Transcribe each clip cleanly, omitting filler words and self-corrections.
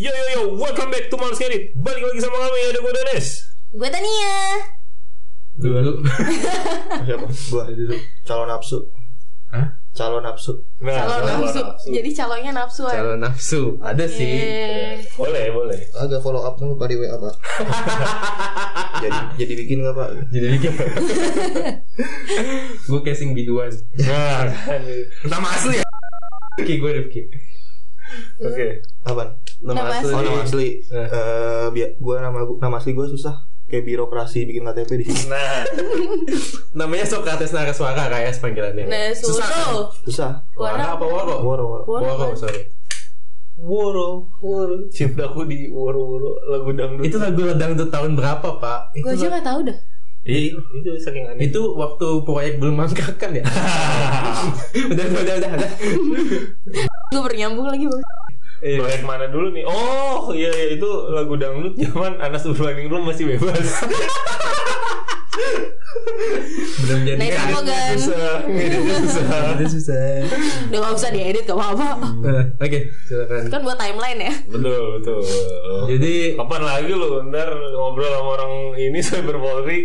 welcome back to Mars Edit. Balik lagi sama kami, ada gue Danes. Gue Tania. Dulu. Siapa? Gua calon nafsu. Hah? Calon nafsu. Calon nafsu. Jadi calonnya nafsu ya. Calon nafsu. Ada sih. Boleh. Agak follow up dulu di WA, Pak. jadi bikin enggak, Pak? Jadi bikin. Gue casing biduan. Nah, Nama asli ya. Rifki, gue Rifki. Oke. Apaan? Nama asli. Oh, nama asli. Nama asli gue susah. Kayak birokrasi bikin KTP di sini. Nah, Namanya Sokrates Naraswara kayak panggilannya. Nah, Susah. Wara apa Woro? Woro. Sorry. Woro. Cintaku di Woro lagu dangdut. Itu lagu dangdut tahun berapa, Pak? Gue aja gak tahu dah. Itu saking aneh. Itu waktu proyek belum mangkrak kan ya? Udah. Gue bernyambung lagi bang. Proyek mana dulu nih? Oh iya itu lagu dangdut zaman Anas Urbaningrum masih bebas. Belum jadi. Nah itu Logan. Susah. Udah gak usah diedit gak apa-apa. Oke, silakan. Kan buat timeline ya. Betul. Jadi Kapan lagi lu ntar ngobrol sama orang ini cyber Polri?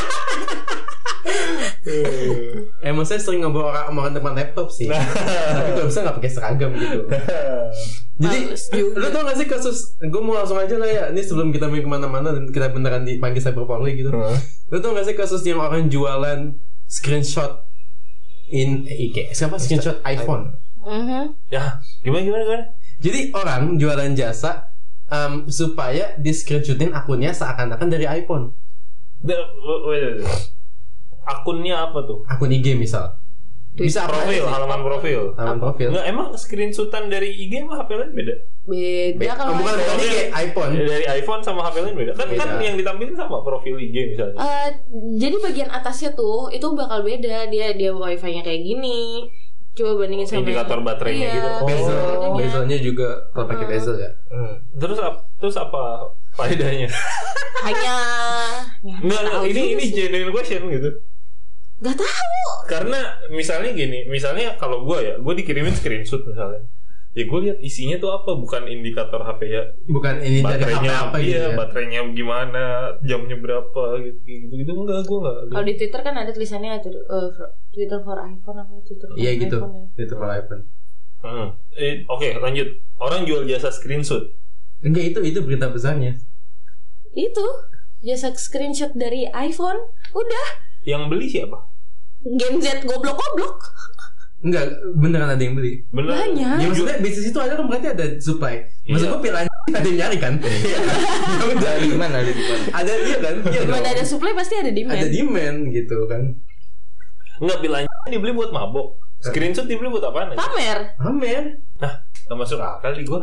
emang saya sering ngobrol sama orang depan laptop sih. Tapi kalau bisa gak pakai seragam gitu. Jadi lu tau gak sih kasus, gue mau langsung aja lah ya, ini sebelum kita main kemana-mana dan kita beneran dipanggil cyber Polri gitu. Lu tau gak sih kasus yang orang jualan screenshot screenshot iPhone. Ya gimana? Jadi orang jualan jasa supaya di screenshotin akunnya seakan-akan dari iPhone. Wait. Akunnya apa tuh? Akun IG misal. Bisa Profil, halaman profil. Nggak, emang screenshotan dari IG sama HP lain beda? Beda kalau bukan IG, iPhone. Dari iPhone sama HP lain beda. Kan yang ditampilkan sama profil IG misalnya. Jadi bagian atasnya tuh itu bakal beda. Dia wifi-nya kayak gini. Coba bandingin sama indikator baterainya gitu. Bezelnya juga kalau pakai bezel ya. Terus apa faedahnya? Hanya Nggak, ini genuine question gitu. Gak tahu. Karena misalnya gini, kalau gue dikirimin screenshot misalnya, ya gue lihat isinya tuh apa, bukan indikator HP ya, bukan ini baterainya apa gitu ya. Baterainya gimana, jamnya berapa gitu enggak, gue enggak. Kalau di Twitter kan ada tulisannya Twitter for iPhone apa Twitter for iya gitu iPhone, ya. Twitter for iPhone. Oke, lanjut. Orang jual jasa screenshot. Enggak, itu berita besarnya. Itu jasa screenshot dari iPhone. Udah. Yang beli siapa? Gen Z goblok. Enggak, beneran ada yang beli. Beneran. Banyak. Ya maksudnya bisnis itu ada kan berarti ada supply. Maksud gue pilihan ada yang nyari kan? Ya udah. Ada di mana? Ada dia kan? Iya Dimana dong. ada supply pasti ada demand. Ada demand gitu kan. Enggak, pilihan dibeli buat mabok. Screenshot dibeli buat apaan? Pamer. Nah, gak masuk akal di gue.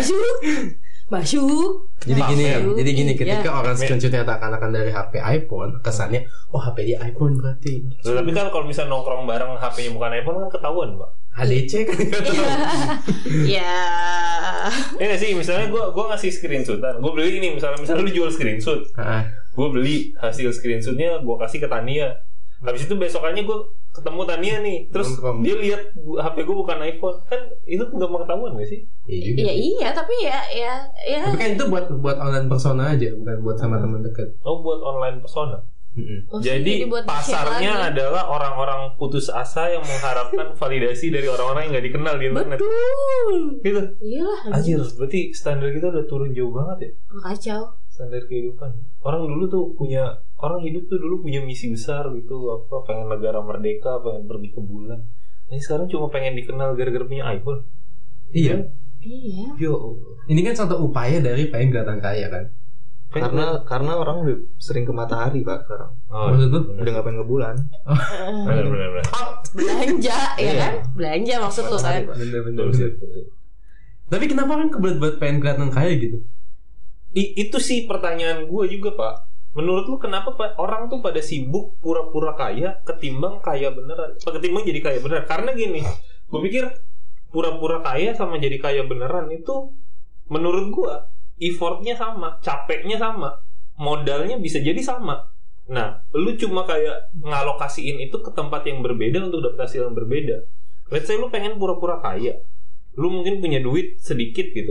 Masuk. Jadi gini ketika Ya. orang screenshotnya akan dari HP iPhone, kesannya HP dia iPhone berarti. Tapi kan kalau misalnya nongkrong bareng HP-nya bukan iPhone kan ketahuan, Pak. HDC kan gitu. Ya. Ini sih misalnya gue ngasih screenshotan, gue beli ini misalnya lu jual screenshot, gue beli hasil screenshotnya gue kasih ke Tania. Habis itu besokannya gue ketemu Tania nih, terus dia lihat HP gue bukan iPhone, kan itu nggak mau ketahuan nggak sih? Iya, tapi ya. Tapi kan itu buat online persona aja, bukan buat sama teman dekat. Oh, buat online persona. Jadi pasarnya adalah orang-orang putus asa yang mengharapkan validasi dari orang-orang yang nggak dikenal di internet. Betul. Gitu. Iyalah. Anjir, berarti standar kita udah turun jauh banget ya. Kacau. Standar kehidupan. Orang hidup tuh dulu punya misi besar gitu, apa pengen negara merdeka, pengen pergi ke bulan. Ini sekarang cuma pengen dikenal gara-gara punya iPhone. Iya. Yo. Ini kan suatu upaya dari pengen kelihatan kaya kan. Karena orang udah sering ke matahari, Pak, sekarang. Maksud lu? Udah enggak pengen ke bulan. Benar. Belanja ya kan? Belanja maksud lu kan. Bener. Tapi kenapa kan kebelet pengen kelihatan kaya gitu? Itu sih pertanyaan gue juga, Pak. Menurut lu kenapa orang tuh pada sibuk pura-pura kaya ketimbang kaya beneran? Ketimbang jadi kaya beneran? Karena gini, gue pikir pura-pura kaya sama jadi kaya beneran itu menurut gue effortnya sama, capeknya sama, modalnya bisa jadi sama. Nah, lu cuma kayak ngalokasiin itu ke tempat yang berbeda untuk dapat hasil yang berbeda. Let's say lu pengen pura-pura kaya, lu mungkin punya duit sedikit gitu,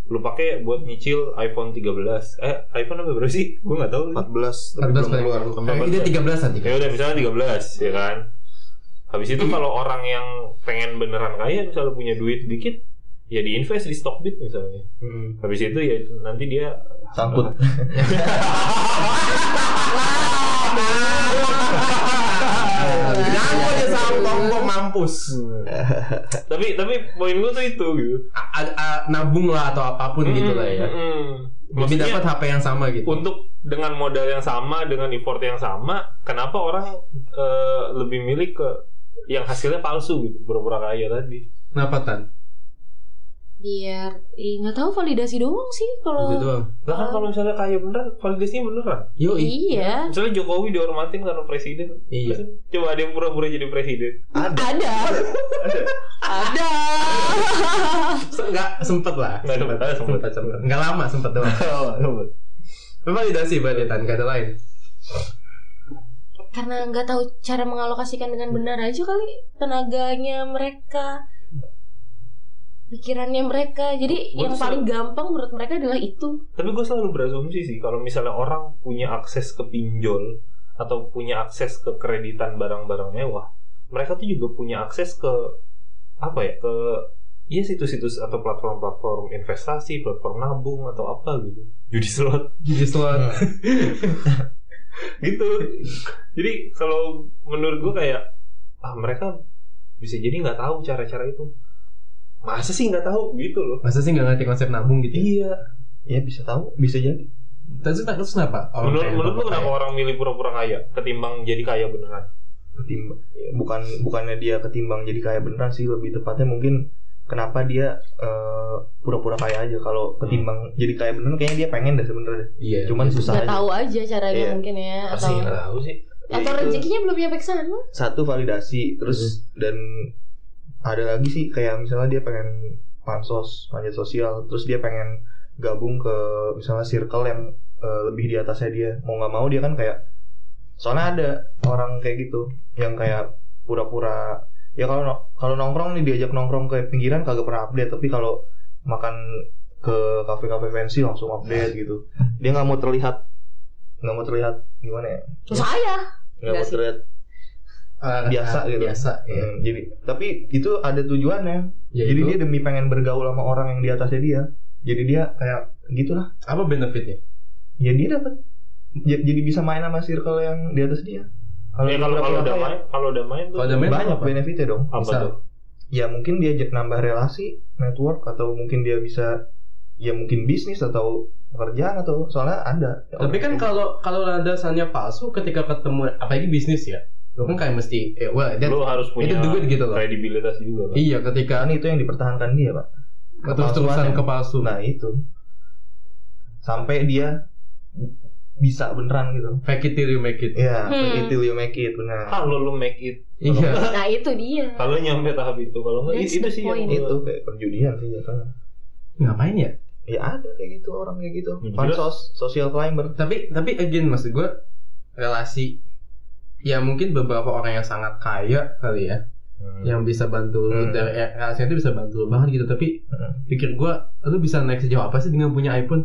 lu pakai buat nyicil iPhone 13. iPhone apa berapa sih? Gue nggak tahu. 14 tapi belum keluar. Ini 13 nanti. Ya udah misalnya 13 ya kan. Habis itu kalau orang yang pengen beneran kaya misalnya punya duit dikit, ya diinvest di Stockbit misalnya. Habis itu ya nanti dia Sangkut. Jangan aja sombong mampus. tapi poin gue tuh itu gitu. Nabung lah atau apapun gitu lah ya. Lebih dapat HP yang sama gitu. Untuk dengan modal yang sama, dengan effort yang sama, kenapa orang lebih milih ke yang hasilnya palsu gitu, pura-pura kaya tadi? Kenapa Tan? Biar nggak tahu, validasi doang sih kalau. Gitu doang. Lah kan kalau misalnya kaya beneran, validasinya beneran. Iya. Misalnya Jokowi dihormatin karena presiden. Iya. Coba ada yang pura-pura jadi presiden. Ada. Enggak sempet lah. Sempet. Enggak lama sempet doang. Validasi berarti Tan, enggak ada lain. Karena nggak tahu cara mengalokasikan dengan benar aja kali tenaganya mereka, pikirannya mereka. Jadi yang paling gampang menurut mereka adalah itu. Tapi gue selalu berasumsi sih kalau misalnya orang punya akses ke pinjol atau punya akses ke kreditan barang-barang mewah, mereka tuh juga punya akses ke apa ya, ke situs-situs atau platform-platform investasi, platform nabung atau apa gitu, judi slot gitu. Jadi kalau menurut gue kayak mereka bisa jadi nggak tahu cara-cara itu. Masa sih nggak tahu gitu loh? Masa sih nggak ngerti konsep nabung gitu? Iya. Ya bisa tahu, bisa jadi. Terus kenapa? Menurut lu kenapa orang milih pura-pura kaya ketimbang jadi kaya beneran? Bukannya dia ketimbang jadi kaya beneran sih, lebih tepatnya mungkin kenapa dia pura-pura kaya aja. Kalau ketimbang jadi kaya beneran, kayaknya dia pengen deh sebenarnya. Iya. Cuman susah Nggak aja. tahu aja caranya mungkin ya. Pasti nggak tahu sih. Atau rezekinya belum nyampe ke sana. Satu validasi, terus dan ada lagi sih kayak misalnya dia pengen manjat sosial, terus dia pengen gabung ke misalnya circle yang lebih di atasnya dia. Mau nggak mau dia kan kayak, soalnya ada orang kayak gitu yang kayak pura-pura ya kalau nongkrong nih, diajak nongkrong ke pinggiran kagak pernah update, tapi kalau makan ke kafe-kafe fancy langsung update gitu. Dia nggak mau terlihat gimana ya? Saya Nggak mau terlihat biasa gitu. Biasa. Ya. Jadi tapi itu ada tujuannya. Ya, jadi itu? dia demi pengen bergaul sama orang yang di atasnya dia. Jadi dia kayak gitulah. Apa benefitnya? Ya dia dapat jadi bisa main sama circle yang di atas dia. Kalau udah main tuh banyak benefitnya dong. Apa tuh? Ya mungkin dia nambah relasi, network, atau mungkin dia bisa ya mungkin bisnis atau pekerjaan, atau soalnya ada. Tapi kan kalau dasarnya palsu ketika ketemu apalagi bisnis ya. Lu kan kayak mesti lu harus punya duit gitu loh. Kredibilitas juga kan. Iya, ketika kan itu yang dipertahankan dia, Pak. terus-terusan ke palsu. Nah, itu. Sampai dia bisa beneran gitu. Fake it till you make it. Iya, fake it till you make it, benar. Kalau lu make it. Iya. Nah itu dia. Kalau nyampe tahap itu, kalau enggak That's itu the sih yang point. Itu kayak perjudian sih jatuhnya. Ngapain ya? Ya ada kayak gitu, orang kayak gitu. Jelas. Pansos, social climber. Tapi again maksud gue relasi ya mungkin beberapa orang yang sangat kaya kali ya. Yang bisa bantu lu dari relasi itu bisa bantu lu banget gitu, tapi pikir gue lu bisa naik sejauh apa sih dengan punya iPhone?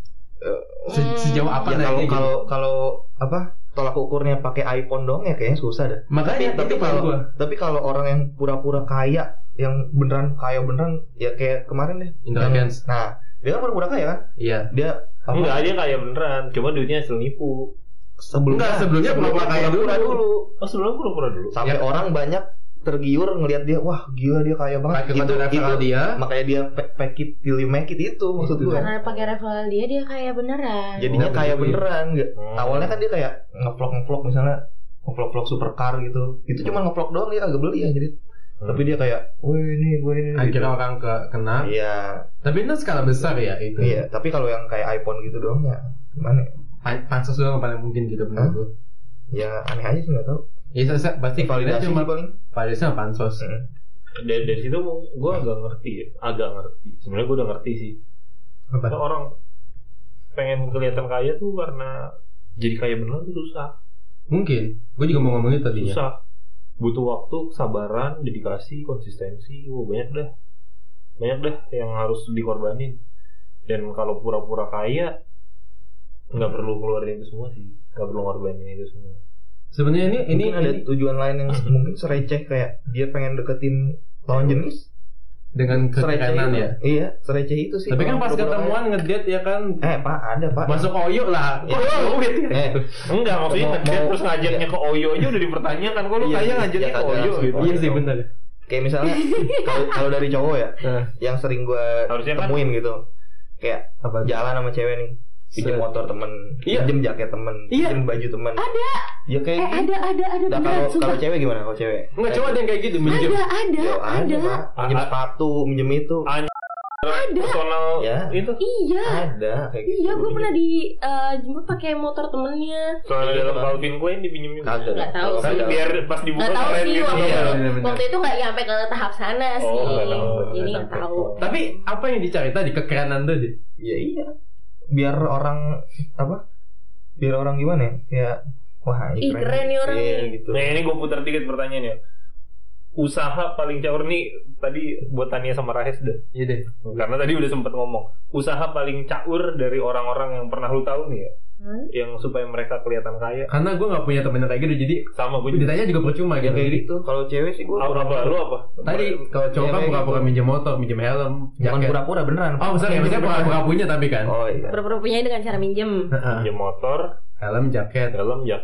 Sejauh apa Ya naiknya gitu? kalau apa tolak ukurnya pakai iPhone dong ya kayaknya susah dah. Makanya tapi kalau orang yang pura-pura kaya, yang beneran kaya beneran, ya kayak kemarin deh. Indra Kents. Nah, dia kan pura-pura kaya kan? Iya. Dia enggak aja kaya beneran, cuma duitnya hasil nipu. Sebelumnya pura-pura kaya dulu. Oh, sebelum pura-pura dulu. Sampai orang banyak tergiur ngelihat dia, wah gila dia kaya banget. Itu dia. Makanya dia fake it till you make it itu maksud gue. Karena pakai referral dia kaya beneran. Jadinya kaya beneran. Awalnya kan dia kayak ngevlog misalnya, ngevlog supercar gitu. Itu cuma ngevlog doang, dia kagak beli ya jadi. Tapi dia kayak, gue ini. Akhirnya gitu. orang kena. Iya. Tapi itu skala besar ya itu. Iya. Tapi kalau yang kayak iPhone gitu doang ya gimana? Pansos doang paling mungkin gitu menurut gue. Ya aneh aja sih, nggak tahu. Ya pasti Validasi cuma paling. validasi sama pansos. Dari situ gue agak ngerti. Sebenarnya gue udah ngerti sih. Apa? Karena orang pengen kelihatan kaya tuh karena jadi kaya beneran tuh susah. Mungkin. Gue juga mau ngomongin tadinya. Susah. Butuh waktu, kesabaran, dedikasi, konsistensi. Banyak dah yang harus dikorbanin. Dan kalau pura-pura kaya nggak perlu keluarin itu semua sih, nggak perlu ngorbanin itu semua. Sebenarnya ini ada tujuan lain yang mungkin sereceh kayak dia pengen deketin lawan jenis dengan kekerenan ya. Iya, sereceh itu sih. Tapi kan pas ketemuan ngedate ya kan. Pak, ada Pak. Masuk Oyo lah. Enggak, maksudnya ngedate terus ngajaknya ke Oyo aja udah dipertanyakan. Kok lu kaya ngajaknya ke Oyo gitu. Iya sih benar. Kayak misalnya kalau dari cowok ya, yang sering gua temuin gitu. Kayak jalan sama cewek nih. Pinjem motor temen, pinjem jaket temen, pinjem baju temen. Ada. Ya kayak ada. Nah, kalau cewek gimana? Kalau cewek? Enggak, cowok ada yang kayak gitu minjem. Ada. Pak. Minjem sepatu, minjem itu. Ada. Personal ya. Itu. Iya. Ada kayak gitu. Iya, gue pernah dijemput pakai motor temennya. Soalnya dalam Calvin Klein dipinjemin. Nggak tahu sih. Biar pas dibuka keren sih, gitu. Waktu itu nggak sampai ke tahap sana sih. Ini nggak tahu. Tapi apa yang dicari tadi kekerenan tadi? Iya. Biar orang gimana ya? Kayak wah ini keren nih orang nih. Gitu. Nah ini gue putar dikit pertanyaannya. Usaha paling caur nih tadi buat Tania sama Rahes deh. Iya deh. Karena tadi udah sempet ngomong. Usaha paling caur dari orang-orang yang pernah lu tahu nih ya. Yang supaya mereka kelihatan kaya. Karena gue nggak punya temen yang kayak gitu, jadi sama gue ditanya juga percuma gitu. Kayak gitu. Kalau cewek sih gue lu apa? Tadi kalau cowok kan pura-pura minjem motor, minjem helm, bukan jaket. pura-pura beneran. Oh, misalnya pura-pura punya tapi kan. Oh iya. Pura-pura punya dengan cara minjem. Minjem motor, helm, jaket.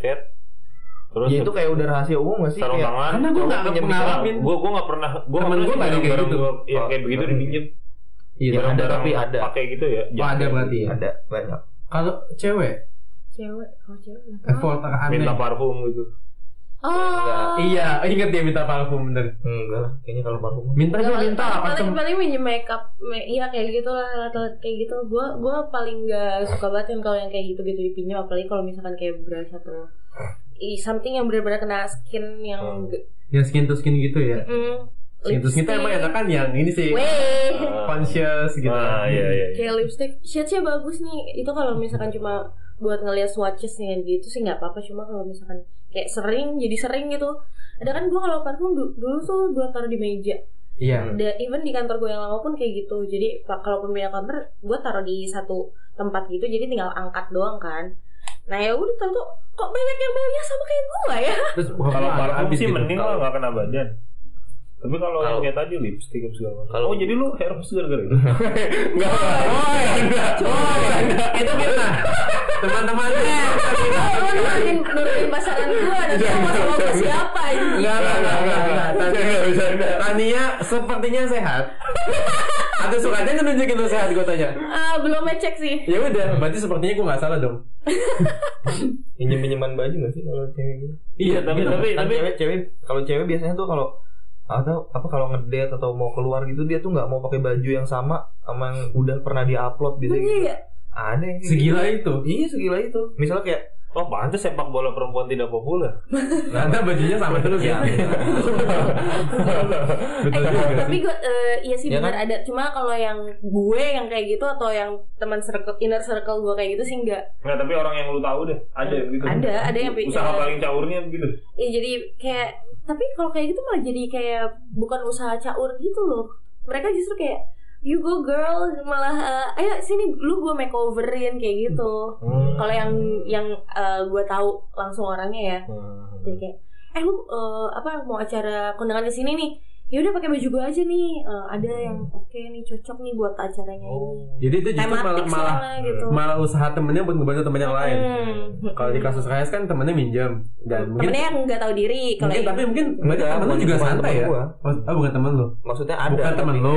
Terus ya itu kayak udah rahasia umum gak sih? sarung tangan. Karena gue nggak pengalamin. Gue nggak pernah. Temen gue nggak ada kayak gitu. Yang kayak begitu dipinjem. Iya, ada tapi ada. Pakai gitu ya. Oh, ada berarti ya. Ada banyak. Kalau cewek Kalau cewek. effort aneh. Minta parfum gitu. Oh. Iya, inget dia minta parfum bener. Enggak lah, kayaknya kalau parfum. Minta paling minjem makeup. Iya kayak gitu lah, kayak gitu. Gue paling nggak suka banget kan kalau yang kayak gitu dipinjam, apalagi kalau misalkan kayak brush atau something yang benar-benar kena skin yang yang skin to skin gitu ya. Skin to skin itu emang enak kan yang ini sih. Conscious gitu. Iya. Kayak lipstick shade-nya bagus nih. Itu kalau misalkan cuma buat ngeliat swatches-nya gitu sih nggak apa-apa, cuma kalau misalkan kayak sering gitu. Ada kan gue kalau parfum dulu tuh gue taruh di meja. Iya. Even di kantor gue yang lama pun kayak gitu. Jadi kalau pindah kantor gue taruh di satu tempat gitu, jadi tinggal angkat doang kan. Nah ya udah tahu tuh kok banyak yang baunya sama kayak gue ya. Terus kalau parfum sih gitu. mending lah nggak kena badan. Tapi kalau yang kayak tadi lipstick segala macam. Oh jadi lu hair gara-gara itu? Enggak. Itu kita teman-temannya. Nurunin pasaran gue nanti mau ke siapa ini? Enggak. Tania sepertinya sehat. Atau sukanya nunjukin lu sehat, gue tanya. Belum ngecek sih. Ya udah, berarti sepertinya gue nggak salah dong. Pinjeman baju nggak sih kalau cewek gitu? Iya, tapi cewek kalau cewek biasanya tuh kalau kalau ngedate atau mau keluar gitu dia tuh nggak mau pakai baju yang sama yang udah pernah di-upload biasanya gitu. Ada yang segila gitu. itu. Iya, segila itu. Misalnya kayak pantes sepak bola perempuan tidak populer. Karena bajunya sama terus ya. Tapi gue iya sih benar ada. Cuma kalau yang gue yang kayak gitu atau yang teman inner circle gue kayak gitu sih enggak. Enggak, tapi orang yang lu tahu deh, ada yang gitu. Ada yang usaha paling caurnya begitu. Iya, jadi kayak tapi kalau kayak gitu malah jadi kayak bukan usaha caur gitu loh. Mereka justru kayak you go girl, malah ayo sini lu gue makeoverin kayak gitu. Kalau yang gue tahu langsung orangnya ya. Jadi kayak lu mau acara kondangan ke sini nih. Ya udah pakai baju gue aja nih. Ada yang oke nih, cocok nih buat acaranya ini. Jadi itu justru malah usaha temennya buat ngebantu temen yang lain. Kalau di kasus Rayas kan temennya minjem dan temennya yang nggak tahu diri. Kalau tapi mungkin temen lu juga santai ya. Oh bukan temen lu. Maksudnya ada. Bukan temen lu.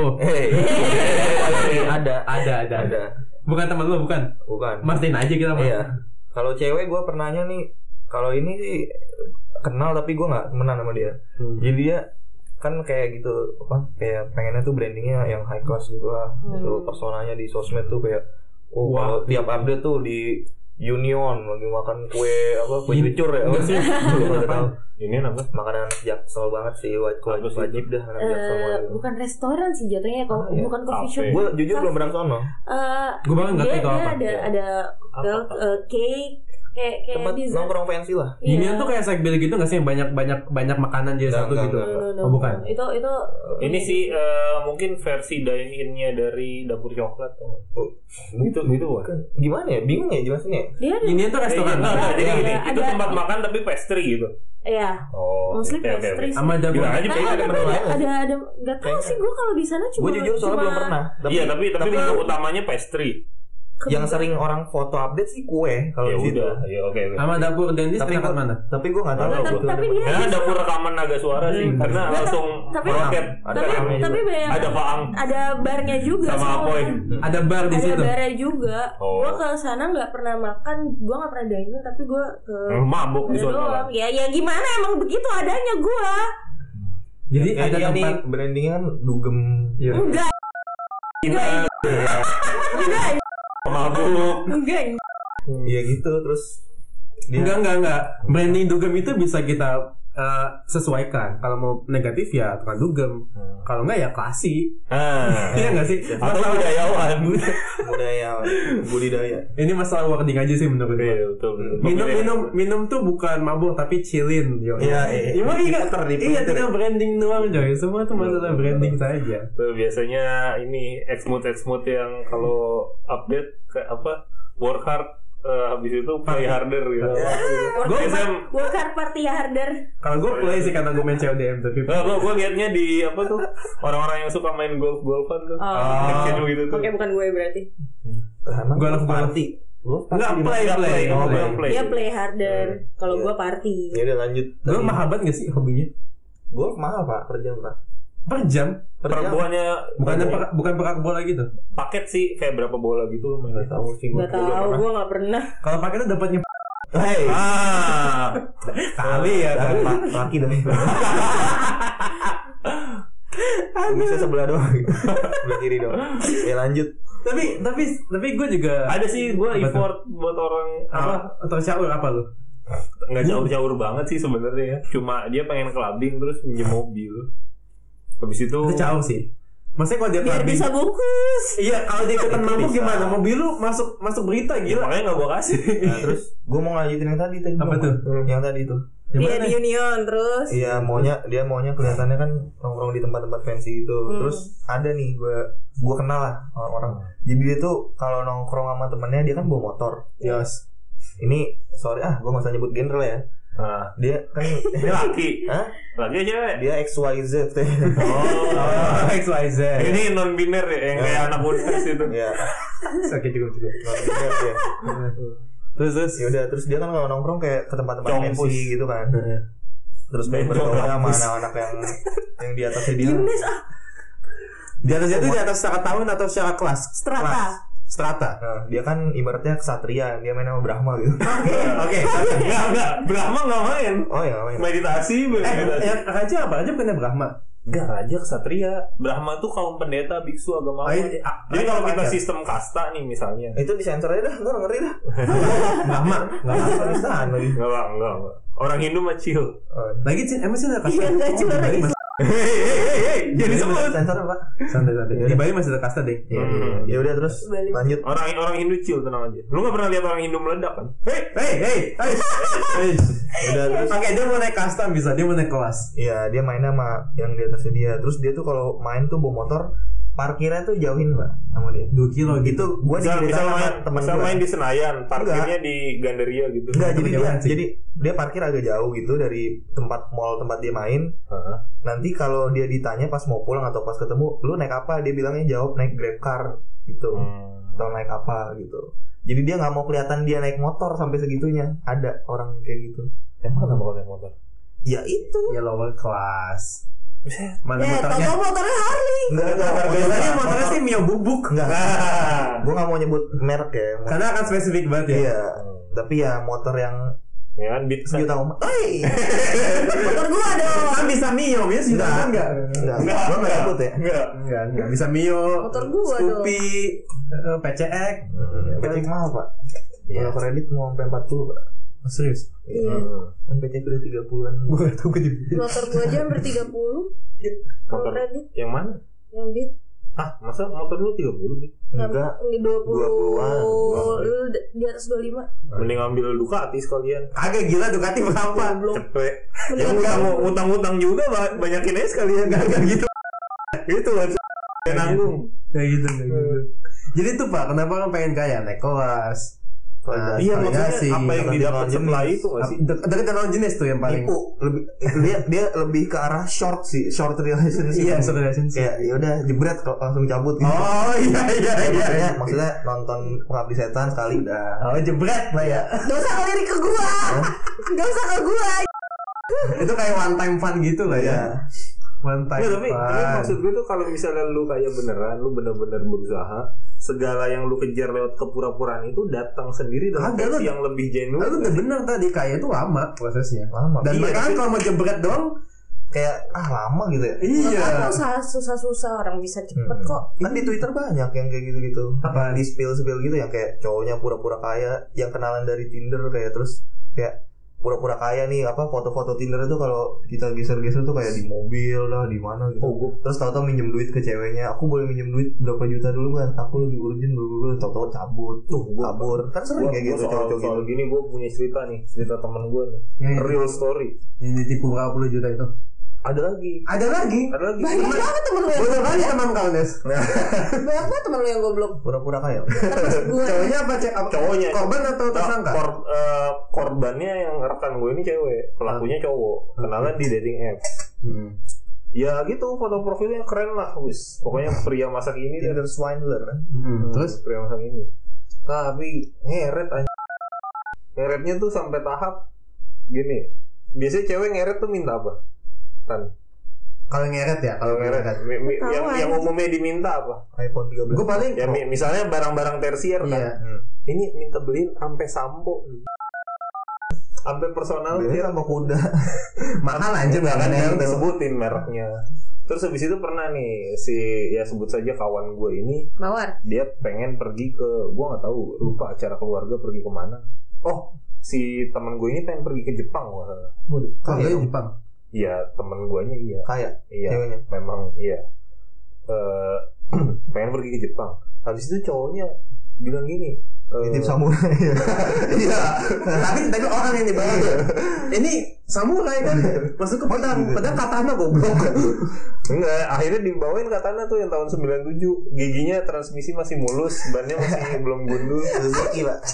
Ada. Bukan temen lu, bukan. Mastiin aja kita. Iya. Kalau cewek gue pernahnya nih. Kalau ini sih kenal tapi gue nggak temenan sama dia. Jadi dia kan kayak gitu kayak pengennya tuh brandingnya yang high class gitu lah. Itu personanya di sosmed tuh kayak kalau tiap update tuh di Union lagi makan kue cucur ya. Ini apa? Makanan Jaksel banget sih, wajib dah anak Jaksel. Bukan restoran sih jatuhnya, kalau bukan coffee shop. Gue jujur belum pernah sono. Gue banget nggak tahu itu apa. Ada cake kayak tempat dessert. nongkrong fancy lah. Ginian tuh kayak sekbil gitu nggak sih, banyak makanan jadi satu gitu. No. Oh bukan. Itu Ini sih mungkin versi dine-in-nya dari dapur coklat tuh. Itu Kan gimana ya? Bingung ya jelasinnya. dia ada. Ginian tuh restoran. Jadi gini, Ada- itu tempat makan tapi pastry gitu. Iya. Oh, Mostly oke. pastry. Sama jago. Bilang aja Nah, kayaknya ada tapi menu lain. ada nggak tahu sih gue kalau di sana cuma. Gue jujur soalnya belum pernah. Iya, tapi menu utamanya pastry. Yang sering orang foto update sih kue kalau Ya di situ. udah, ya oke. Sama dapur dentist Tapi tingkat gua- mana? Tapi gue nggak tahu. Nggak tahu itu gua. Tapi ada dia Ya dapur rekaman naga suara sih, karena langsung tapi- roket. Ada tapi rame tapi juga. banyak Ada Faang ada barnya juga sama soalnya. Apoy. Ada bar di Ada situ. barnya juga. Oh. Gue ke sana nggak pernah makan, gue nggak pernah dine-in, tapi gue ke Mabuk di ada sana. doang. Ya gimana emang begitu adanya gue. Jadi Ya, ada dia nih tempat. brandingnya kan dugem. Iya. Enggak, enggak, Mabuk. enggak. Iya gitu terus dia Enggak. Branding dugem itu bisa kita sesuaikan. Kalau mau negatif ya tukang dugem. Kalau enggak ya klasi. Iya enggak sih? Atau budayawan. budidaya. Ini masalah wording aja sih menurut gue. Iya, betul. Minum tuh bukan mabuk tapi chillin. Iya, Emang ingat Pinter. tinggal branding doang coy. Semua tuh masalah branding saja. Tuh, biasanya ini exmode yang kalau update kayak apa work hard habis itu play harder gitu. Work hard party harder. Kalau gue play sih karena gue main CODM tapi. Gue liatnya di apa tuh orang-orang yang suka main golfan tuh. Oh. Action gitu tuh. Oke, bukan gue berarti. Emang Golf party. Enggak play. Oh, belum play. Dia play harder. Kalau Iya. gue party. Ya udah lanjut. Gue mahabat gak sih hobinya? Golf mahal Pak per jam Pak. Per jam? Perbuannya Bukan perak bola gitu. paket sih kayak berapa bola gitu lumayan. Nggak tahu sih. Gak tahu, gue gak pernah. Kalau paketnya dapatnya Hei. kali ya kan. Laki dong. Bisa sebelah doang. Sebelah kiri dong. Ya lanjut. Tapi gue juga Ada sih gue Apa tuh? effort buat orang apa atau syaur apa lu? nggak caur-caur banget sih sebenarnya ya. Cuma dia pengen clubbing terus minjem mobil. Habis itu Itu caur sih. Maksudnya kalau dia Biar clubbing- bisa bungkus. Iya, kalau dia ikutan Itu mabuk bisa. gimana? Mobil lu masuk berita ya, gila. makanya nggak gue kasih. Nah, terus gue mau lanjutin yang tadi Apa tuh? Yang tadi tuh. Dia di Union terus. Iya, dia maunya kelihatannya kan nongkrong di tempat-tempat fancy gitu. Terus ada nih gue kenal lah orang. Jadi dia tuh kalau nongkrong sama temennya dia kan bawa motor. Yes. Ini sorry gue nggak usah nyebut genre ya. Nah, Dia kan ini laki. Hah? Laki aja cewek. Dia XYZ. Oh. XYZ. Ini non biner ya yang kayak anak Unpes itu. Iya. Sakit juga. Ya. Terus. Ya udah, terus dia kan kalau nongkrong kayak ke tempat-tempat Congpus. fancy gitu kan. Terus Bencong bergaul sama kampus. anak-anak yang di atasnya dia. Di atasnya itu di atas secara tahun atau secara kelas? Strata. Nah, dia kan ibaratnya kesatria, dia main sama Brahma gitu. Oke. Enggak. Brahma nggak main. Oh ya, main. Meditasi. Yang raja apa? Raja bukannya Brahma? Enggak, raja kesatria. Brahma tuh kaum pendeta, biksu, agama. Jadi kalau kita sistem kasta nih misalnya. Itu disensor aja dah, ntar ngerti dah. Brahma. Enggak apa penistaan lagi. Enggak. Orang Hindu mah chill. Oh. Lagi sih emang sih ada kasta. Iya, nggak Oh, cuma di Bali lagi. masih- Jadi sebut sensor apa? Santai. Di Bali masih ada kasta deh. Ya udah terus Balik. lanjut. Orang Hindu chill, tenang aja. Lu nggak pernah lihat orang Hindu meledak kan? Hey. Udah terus. Oke, dia mau naik kasta bisa, dia mau naik kelas. Iya, dia main sama yang di atasnya dia. Terus dia tuh kalau main tuh bawa motor, parkirnya tuh jauhin Pak sama dia. 2 kilo gitu. Itu gue diceritain sama temen bisa gue. main di Senayan, parkirnya di Gandaria gitu. Enggak, jadi Kejauhan sih. jadi dia parkir agak jauh gitu dari tempat mall tempat dia main. Heeh. Nanti kalau dia ditanya pas mau pulang atau pas ketemu, lu naik apa? Dia bilangnya jawab naik Grab car gitu. Atau naik apa gitu. Jadi dia nggak mau kelihatan dia naik motor sampai segitunya. Ada orang kayak gitu. Emang kenapa kalau naik motor? Ya itu. Ya lower class. Mana Ya, motornya? tau motornya Harley. Enggak. Motornya motornya sih Mio Bubuk. Enggak. Gue nggak mau nyebut merek ya. Karena akan spesifik banget ya. Iya. Tapi ya motor yang Ya kan beat sejuta umat. Oi. Motor gua dong. Kan bisa Mio sih Enggak. enggak. Enggak. Gue nggak nyebut ya. Enggak bisa Mio. Motor gua Scoopy, PCX. PC mahal Pak. Iya. Kalau kredit mau sampai 40 Pak. Oh, serius? Iya. Kan PC udah 30-an. Gue gak tau gue di Motor gua aja hampir 30. Kalau Motor kredit yang mana? yang beat. Hah, masa motor lu 30 gitu? Enggak. 20-an. Wah. Lu di atas 25. Mending ambil Ducati sekalian. Kagak gila Ducati berapa? Cepet. Ya utang-utang juga banyakin aja sekalian. Kagak gitu. Gitu kan. Nanggung. Kayak gitu. Jadi tuh Pak, kenapa orang pengen kaya? Naik kelas. Iya, maksudnya apa yang didapat setelah itu nggak sih? Dari lawan jenis tuh yang paling. Dia lebih ke arah short relationship. Iya, short relationship. Kayak ya udah jebret kok langsung cabut gitu. Oh iya. Maksudnya nonton Pengabdi Setan sekali udah. Oh jebret lah ya. Gak usah ngelirik ke gua. Gak usah ke gua. Itu kayak one time fun gitu lah ya. One time Nggak, tapi maksud gue tuh kalau misalnya lu kayak beneran, lu bener-bener berusaha, segala yang lu kejar lewat kepura-puraan itu datang sendiri dalam versi yang lebih genuine. Lu udah bener tadi, kaya itu lama prosesnya. Lama. Dan Iya, mereka tapi- kalau mau jebret doang Kayak lama gitu ya. iya. Gak usah susah-susah, orang bisa cepet kok. Kan di Twitter banyak yang kayak gitu-gitu. Apa? Di spill gitu yang kayak cowoknya pura-pura kaya, yang kenalan dari Tinder kayak terus kayak pura-pura kaya nih, apa foto-foto Tinder itu kalau kita geser-geser tuh kayak di mobil lah, di mana gitu. Terus tahu-tahu minjem duit ke ceweknya. Aku boleh minjem duit berapa juta dulu kan? Aku lagi urgent dulu. Tahu-tahu cabut. Kabur. Kan sering kayak gitu cowok-cowok gitu. Soal gini gue punya cerita temen gue nih, Yang real story. ini tipu berapa puluh juta itu? Ada lagi. Banyak banget temen lu yang Bener kali teman kau Nes. Banyak banget temen lu yang goblok. Pura-pura kaya. Termasuk gue. Cowoknya apa Cowoknya. Korban atau tersangka? Korbannya yang rekan gue ini cewek, pelakunya cowok, kenalan di dating app. Ya gitu, foto profilnya keren lah, wis. Pokoknya pria masa kini dan Tinder swindler kan. Terus pria masa kini. Tapi ngeret aja. Ngeretnya tuh sampai tahap gini. Biasanya cewek ngeret tuh minta apa? Kan. kalau ngeret ya, Kalau ngeret yang umumnya diminta apa? iPhone 13. gue paling Ya misalnya barang-barang tersier kan. iya. Ini minta beliin sampai sampo. Sampai personal Beli care. sama kuda. mahal aja Kan bahkan yang itu. disebutin mereknya. Terus habis itu pernah nih ya sebut saja kawan gue ini, Mawar. dia pengen pergi ke, gue nggak tahu, lupa acara keluarga pergi kemana. Oh, si teman gue ini pengen pergi ke Jepang. Waduh. Kalau Kaya di dong. Jepang. Iya, temen guanya iya. Kaya. Iya, Ceweknya. memang iya. Pengen pergi ke Jepang. Habis itu cowoknya bilang gini, Titip samurai. Iya. Tapi orang yang dibawa tuh. Ini samurai kan masuk ke pedang katana goblok. enggak, akhirnya dibawain katana tuh yang tahun 97. Giginya transmisi masih mulus, bannya masih belum gundul. Suzuki, Pak.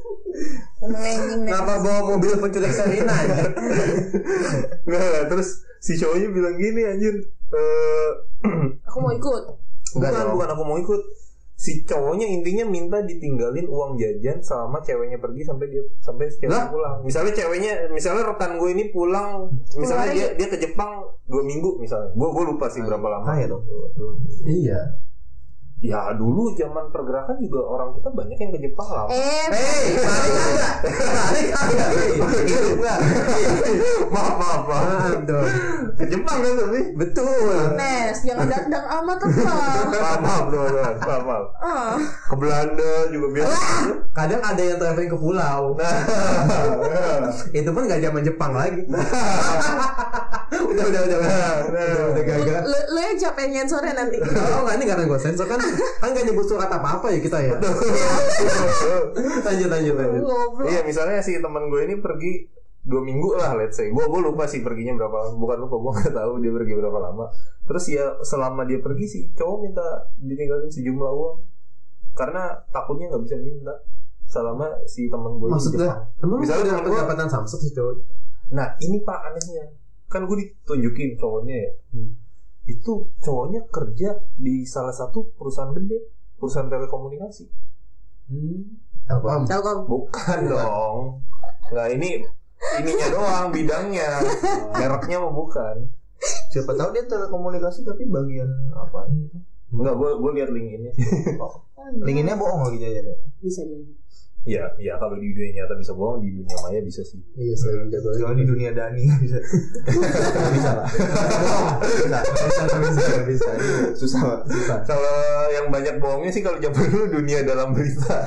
Kenapa bawa mobil penculik Serina aja? Enggak, terus si cowoknya bilang gini anjir, Aku mau ikut. bukan aku mau ikut. Si cowoknya intinya minta ditinggalin uang jajan selama ceweknya pergi sampai ceweknya pulang. Misalnya rekan gue ini pulang, misalnya dia ke Jepang 2 minggu misalnya. Gue lupa sih berapa lama. Kaya dong. Iya. Ya dulu zaman pergerakan juga orang kita banyak yang ke Jepang lah. Balik agak. Itu enggak. Maaf. Ke Jepang kan tapi. Betul. Nes, jangan dandang amat apa. Maaf. Ke Belanda juga biasa. Kadang ada yang traveling ke pulau. Itu pun gak zaman Jepang lagi. Udah gagal. Lu yang capek nyensornya nanti. Oh enggak, ini karena gue sensor kan gak nyebut surat apa-apa ya kita ya. Lanjut. Goblok. Iya, misalnya si teman gue ini pergi 2 minggu lah, let's say. Gue lupa sih perginya berapa lama. Bukan lupa, gue nggak tahu dia pergi berapa lama. Terus ya selama dia pergi sih cowok minta ditinggalin sejumlah uang karena takutnya nggak bisa minta selama si teman gue ini di Jepang. Emang Misalnya udah temen gua- pendapatan Samsung sih cowok. Nah ini pak anehnya, kan gue ditunjukin cowoknya ya. Itu cowoknya kerja di salah satu perusahaan gede, perusahaan telekomunikasi. Telkom. Bukan dong. Nggak, ininya doang bidangnya. Mereknya mah bukan. Siapa tahu dia telekomunikasi tapi bagian apa gitu. Enggak, gue lihat link ini. Linkinnya bohong lagi jajannya. Bisa jadi. Ya kalau di dunia nyata bisa bohong, di dunia maya bisa sih. Iya sih, jago. Kalau di dunia Dani nggak bisa. Bisa lah. Bisa. Susah Pak. Susah. Kalau yang banyak bohongnya sih kalau zaman dulu dunia dalam berita.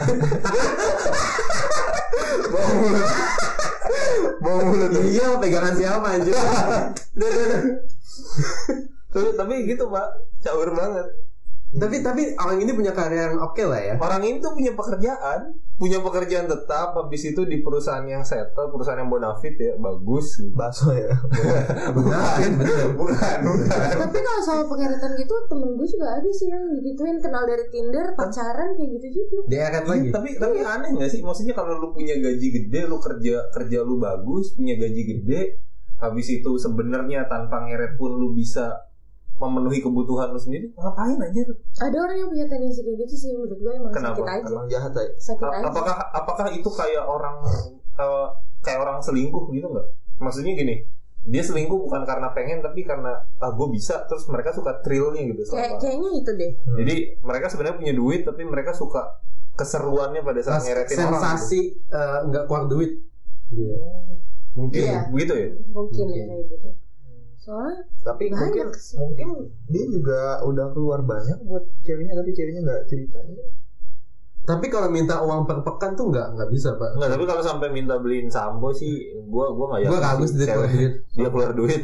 Bohong mulut. Iya, pegangan siapa anjir? Tapi gitu pak, caur banget. Tapi orang ini punya karir yang oke lah ya. Orang ini tuh punya pekerjaan tetap, habis itu di perusahaan yang settle, perusahaan yang bonafit ya, bagus gitu. Bakso ya. Bener. Bukan. Tapi kalau soal pengeretan gitu, temen gue juga ada sih yang digituin, kenal dari Tinder, pacaran kayak gitu juga. Dieret lagi. Tapi aneh nggak sih? Maksudnya kalau lu punya gaji gede, lu kerja lu bagus, punya gaji gede, habis itu sebenarnya tanpa ngeret pun lu bisa memenuhi kebutuhan lu sendiri, ngapain aja? Ada orang yang punya tendensi kayak gitu sih, menurut gue emang Kenapa? sakit aja. Emang jahat aja. Sakit aja. Apakah itu kayak orang selingkuh gitu nggak? Maksudnya gini, dia selingkuh bukan karena pengen, tapi karena gue bisa, terus mereka suka thrillnya gitu. Kayaknya itu deh. Jadi mereka sebenarnya punya duit, tapi mereka suka keseruannya pada saat ngeretin orang. Sensasi nggak keluar duit. Gitu ya. Mungkin Iya. Begitu ya? Mungkin ya kayak gitu. Soalnya Tapi banyak sih. mungkin dia juga udah keluar banyak buat ceweknya, tapi ceweknya nggak cerita. Tapi kalau minta uang per pekan tuh nggak bisa pak. Enggak, tapi kalau sampai minta beliin sampo sih, gua nggak yakin. Gue kagum sih dia keluar cewek. duit. Dia keluar duit.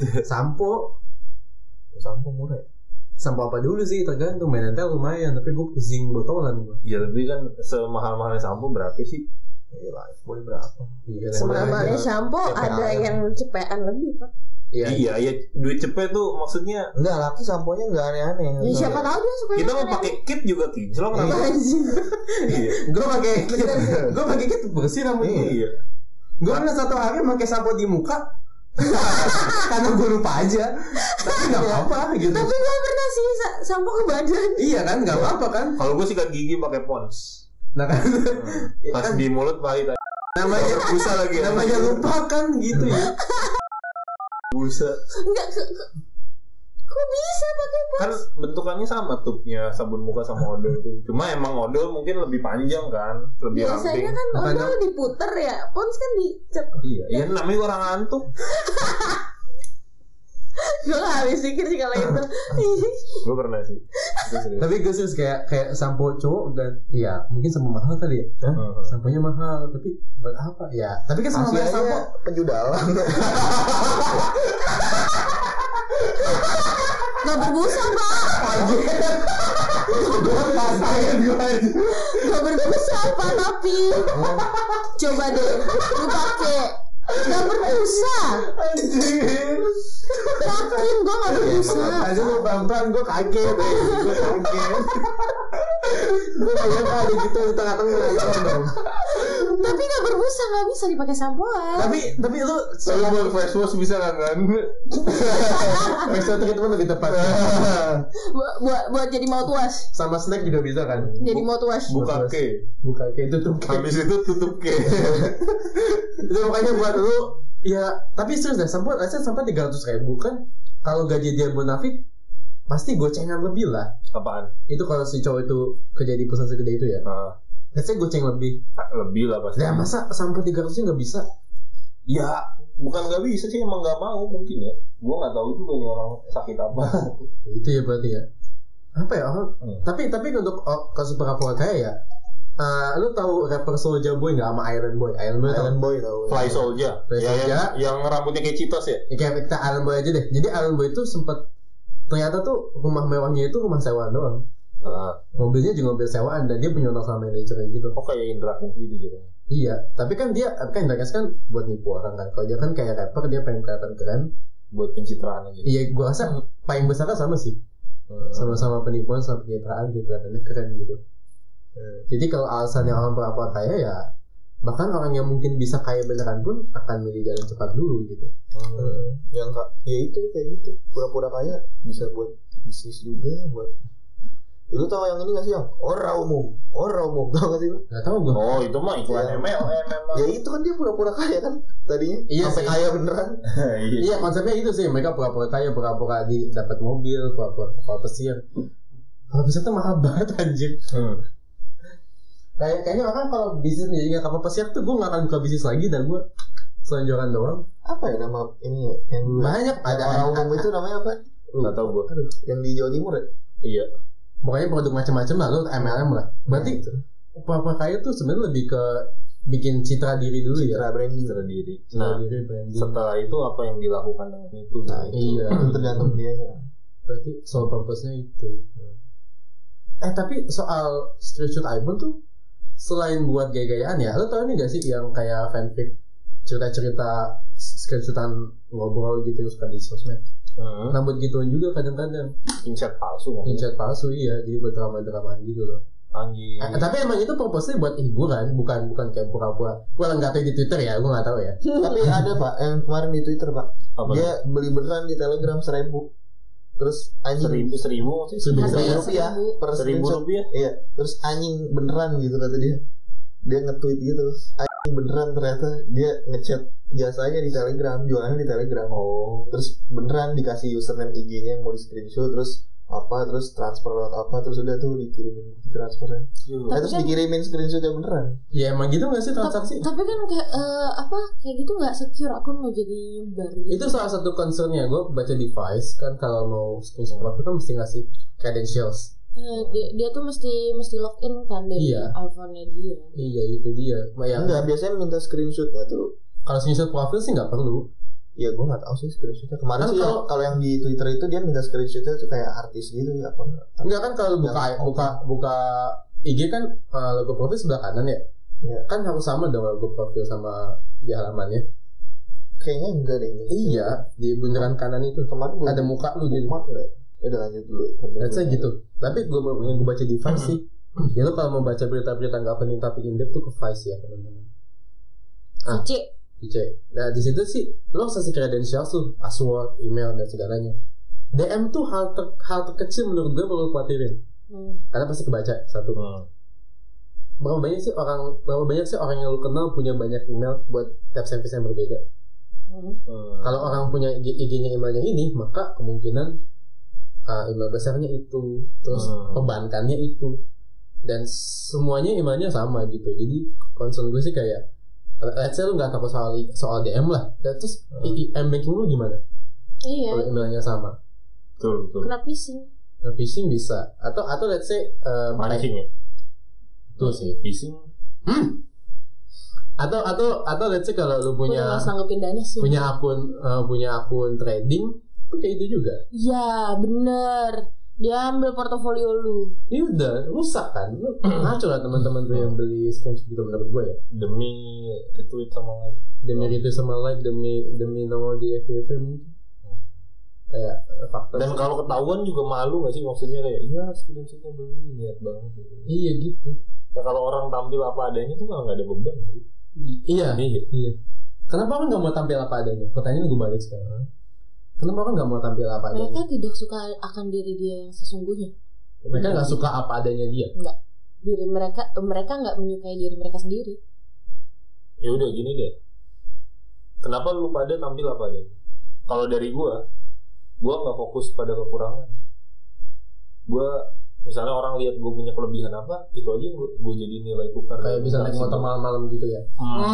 Sampo murah ya. Sampo apa dulu sih tergantung, mainan tel lumayan, tapi gue pusing botolan gue. Ya tapi kan semahal-mahalnya sampo berapa sih? Iya, life boleh berapa? Iya, Sebenarnya shampoo Cepean. ada yang cepean lebih pak. Iya. Iya, duit cepet tuh maksudnya. Enggak, laki samponya enggak aneh-aneh. Ya siapa tahu dia suka Kita mau pakai kit juga kinclong kenapa? Iya. Gue pakai kit bersih rambutnya. Iya. Gue pernah satu hari pakai sampo di muka karena gue lupa aja. Tapi nggak apa-apa gitu. Tapi gue pernah sih shampoo ke badan. Iya kan, nggak apa-apa kan. Kalau gue sikat gigi pakai Pons. Nah kan, Pas di mulut pahit. namanya Busa lagi. namanya lupa kan gitu ya. Busa. Enggak kok bisa pakai Kan bentukannya sama tubnya sabun muka sama odol tuh. Cuma emang odol mungkin lebih panjang kan, lebih biasanya ramping. kan Makanya- odol diputer ya, Pons kan dicep. Iya, namanya orang ngantuk. Gue gak habis pikir sih kalau itu. Gue pernah sih. Itu serius. Tapi gue serius kayak sampo cowok kan, iya mungkin sampo mahal kali ya. Samponya mahal, tapi buat apa ya? Tapi kan sama Kasih sampo. aja penjudalan. Gak berbusa pak. Gak berbusa pak, tapi coba deh lu pakai. Gak berbusa. Yakin gue gak berbusa. Aja lu pelan-pelan, gue kaget. Gue kaget ada gitu di tengah-tengah dong. Tapi gak berbusa, gak bisa dipakai sampoan. Tapi lu Kalau buat face wash bisa kan? Extra treatment lebih tepat. Buat jadi mouthwash. Sama snack juga bisa kan? Jadi mouthwash. Buka ke. Buka kayak itu tuh. Habis itu tutup ke. Itu makanya buat lu ya, tapi serius dah, sampai 300.000 kan. Kalau gaji dia bonafit pasti gocengan lebih lah. Apaan? Itu kalau si cowok itu kerja di perusahaan segede itu ya. Let's say goceng lebih. Lebih lah pasti. Ya masa sampai 300-nya nggak bisa? Ya bukan nggak bisa sih, emang nggak mau mungkin ya. Gue nggak tahu juga nih orang sakit apa. Itu ya berarti ya. Apa ya orang? Tapi untuk kasus perampok kaya ya. Lu tahu rapper Soulja Boy nggak sama Iron Boy? Iron Boy Island Boy tau. Fly Soulja. Fly Ya, Soulja. yang rambutnya kayak Cheetos ya. Ya, kayak kita Iron Boy aja deh. Jadi Iron Boy itu sempat ternyata tuh rumah mewahnya itu rumah sewaan doang. Mobilnya juga mobil sewaan dan dia punya utang sama manajernya gitu. Oh kayak Indra kan gitu jadinya. Iya, tapi kan dia kan Indra kan buat nipu orang kan. Kalau dia kan kayak rapper, dia pengen kelihatan keren. Buat pencitraan aja. Iya, gua rasa paling besar kan sama sih. Sama-sama penipuan sama pencitraan, dia kelihatannya keren gitu. Jadi kalau alasannya orang pura-pura kaya ya, bahkan orang yang mungkin bisa kaya beneran pun akan milih jalan cepat dulu gitu. Yang ya itu kayak gitu, pura-pura kaya bisa buat bisnis juga, buat. Lu tau yang ini gak sih yang orang umum tau gak sih lu? Gak tau gue. Oh itu mah iklan MLM memang. Ya itu kan dia pura-pura kaya kan tadinya. Iya sampai sih. kaya beneran. Iya konsepnya itu sih, mereka pura-pura kaya, pura-pura dapat mobil, pura-pura pesir. Kalau pesir tuh mahal banget anjir. Kayaknya orang kalau bisnis menjadi kapal pesir tuh gue gak akan buka bisnis lagi dan gue selain jualan doang. Apa ya nama ini ya? Yang dulu Banyak ada orang umum itu namanya apa? Nggak tahu gue. Aduh, yang di Jawa Timur ya? Iya. Pokoknya produk macam-macam lah, lu MLM lah. Berarti pura-pura kaya tuh sebenarnya lebih ke bikin citra diri dulu ya. Citra branding. Citra diri. Citra Nah diri branding. setelah itu apa yang dilakukan dengan itu? Nah, itu Iya. tergantung dianya. Berarti sole purpose-nya itu. Tapi soal screenshot iPhone tuh selain buat gaya-gayaan ya, lo tau ini gak sih yang kayak fanfic cerita-cerita screenshotan ngobrol gitu yang suka di sosmed. Nah buat gituan juga kadang-kadang Inchat palsu iya, jadi buat drama-dramaan gitu loh. Anjing. Tapi emang itu purpose-nya buat hiburan, bukan kayak pura-pura. Gua nggak tahu di Twitter ya, gua nggak tahu ya. Tapi ada Pak yang kemarin di Twitter Pak. Apa? Dia beli beneran di Telegram 1.000. Terus anjing 1.000 rupiah per screenshot. Iya. Terus anjing beneran gitu kata dia. Dia nge-tweet gitu. Anjing beneran ternyata dia ngechat jasanya di Telegram, jualannya di Telegram. Oh. Terus beneran dikasih username IG-nya yang mau di screenshot, terus transfer lewat apa, terus udah tuh dikirimin bukti transfernya. Terus kan, dikirimin screenshot yang beneran. Ya emang gitu nggak sih transaksi? Tapi kan kayak kayak gitu nggak secure, akun mau jadi nyebar gitu. Itu salah satu concernnya. Gue baca device kan kalau mau screenshot profile kan mesti ngasih credentials. Dia tuh mesti login kan dari iPhone-nya dia. Iya itu dia. Enggak, biasanya minta screenshotnya tuh. Kalau screenshot profile sih nggak perlu. Ya gue nggak tahu sih screenshotnya kemarin kan sih kalau yang di Twitter itu dia minta screenshotnya tuh kayak artis gitu ya. Enggak kan kalau buka IG kan logo profil sebelah kanan ya. Kan harus sama dong logo profil sama di halamannya. Kayaknya enggak deh ini. Iya di bundaran kanan itu kemarin ada muka lu gitu. Ya udah lanjut dulu. Saya gitu. Tapi yang gue baca di Vice sih. Ya lo kalau mau baca berita-berita nggak penting tapi in-depth tuh ke Vice ya teman-teman. Vice. Nah di situ sih lo kasih credentials tuh, password, email dan segalanya. DM tuh hal terkecil menurut gue perlu khawatirin. Karena pasti kebaca satu. Berapa banyak sih orang yang lo kenal punya banyak email buat tab service yang berbeda. Kalau orang punya IG-nya emailnya ini, maka kemungkinan email besarnya itu, terus perbankannya itu, dan semuanya emailnya sama gitu. Jadi concern gue sih kayak, let's say lu nggak takut soal DM lah, terus banking lu gimana? Iya. Kalau emailnya sama. Betul. Kena phishing bisa, atau let's say phishing ya. Tuh sih. Phishing. Atau let's say kalau lu punya akun trading, kayak itu juga. Ya bener. Dia ambil portofolio lu. Iya udah rusak kan. Lu ngaco lah teman-teman tuh yang beli screenshot gitu menurut gue ya. Demi retweet sama like. Demi nongol di FYP mungkin. Kayak faktor. Dan kalau ketahuan juga malu nggak sih, maksudnya kayak iya screenshotnya beli niat banget gitu. Iya gitu. Nah, kalau orang tampil apa adanya tuh malah nggak ada beban sih. Iya. Kenapa orang nggak mau tampil apa adanya? Pertanyaan gue balik sekarang. Kenapa orang nggak mau tampil apa adanya? Mereka tidak suka akan diri dia yang sesungguhnya. Mereka nggak suka apa adanya dia. Enggak. Mereka nggak menyukai diri mereka sendiri. Ya udah gini deh. Kenapa lu pada tampil apa adanya? Kalau dari gua nggak fokus pada kekurangan. Misalnya orang lihat gue punya kelebihan apa, itu aja gue jadi nilai tukar. Kayak bisa naik motor malam-malam gitu ya.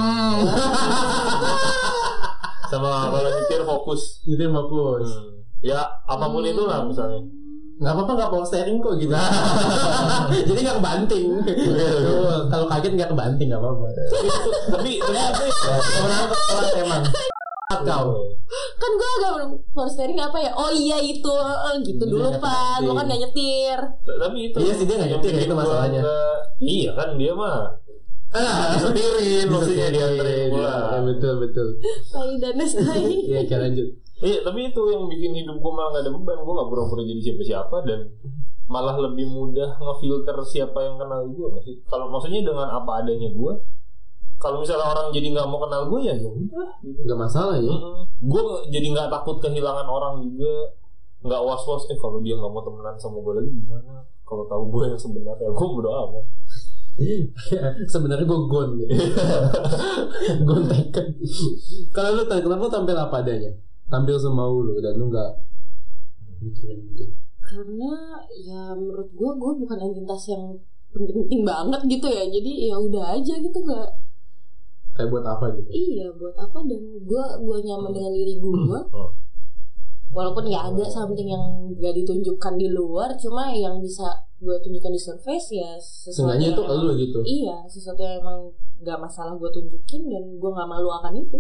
Sama kalau nyetir fokus. Ya apapun itu lah misalnya. Nggak apa-apa, nggak power steering kok gitu. Jadi nggak kebanting. Kalau kaget nggak kebanting, nggak apa-apa. Tapi orang emang kau kan gue agak power steering apa ya? Oh iya itu gitu dulu Pak. Gue kan nggak nyetir. Tapi itu iya sih dia nggak nyetir, itu masalahnya. Iya kan dia mah disetirin, maksudnya dianterin. Ya, betul. Tai dan tai. Iya, kita lanjut. Iya, tapi itu yang bikin hidup gue malah gak ada beban. Gue gak pura-pura jadi siapa-siapa dan malah lebih mudah ngefilter siapa yang kenal gue gak sih? Kalau maksudnya dengan apa adanya gue, kalau misalnya orang jadi gak mau kenal gue ya udah gitu. Gak masalah ya. Gue jadi gak takut kehilangan orang juga. Gak was-was kalau dia gak mau temenan sama gue lagi gimana. Kalau tahu gue yang sebenarnya, gue berdoa amat. Sebenarnya gue gon teken. Kalau lu kenapa tampil apa adanya? Tampil semau lu dan lu nggak mikirin mungkin. Karena ya menurut gue bukan entitas yang penting banget gitu ya. Jadi ya udah aja gitu, nggak kayak buat apa gitu. Iya buat apa, dan gue nyaman dengan diri gue. Walaupun ya ada something yang gak ditunjukkan di luar, cuma yang bisa gue tunjukkan di surface ya sesuatu itu elu gitu. Iya, sesuatu yang emang gak masalah gue tunjukin dan gue gak malu akan itu.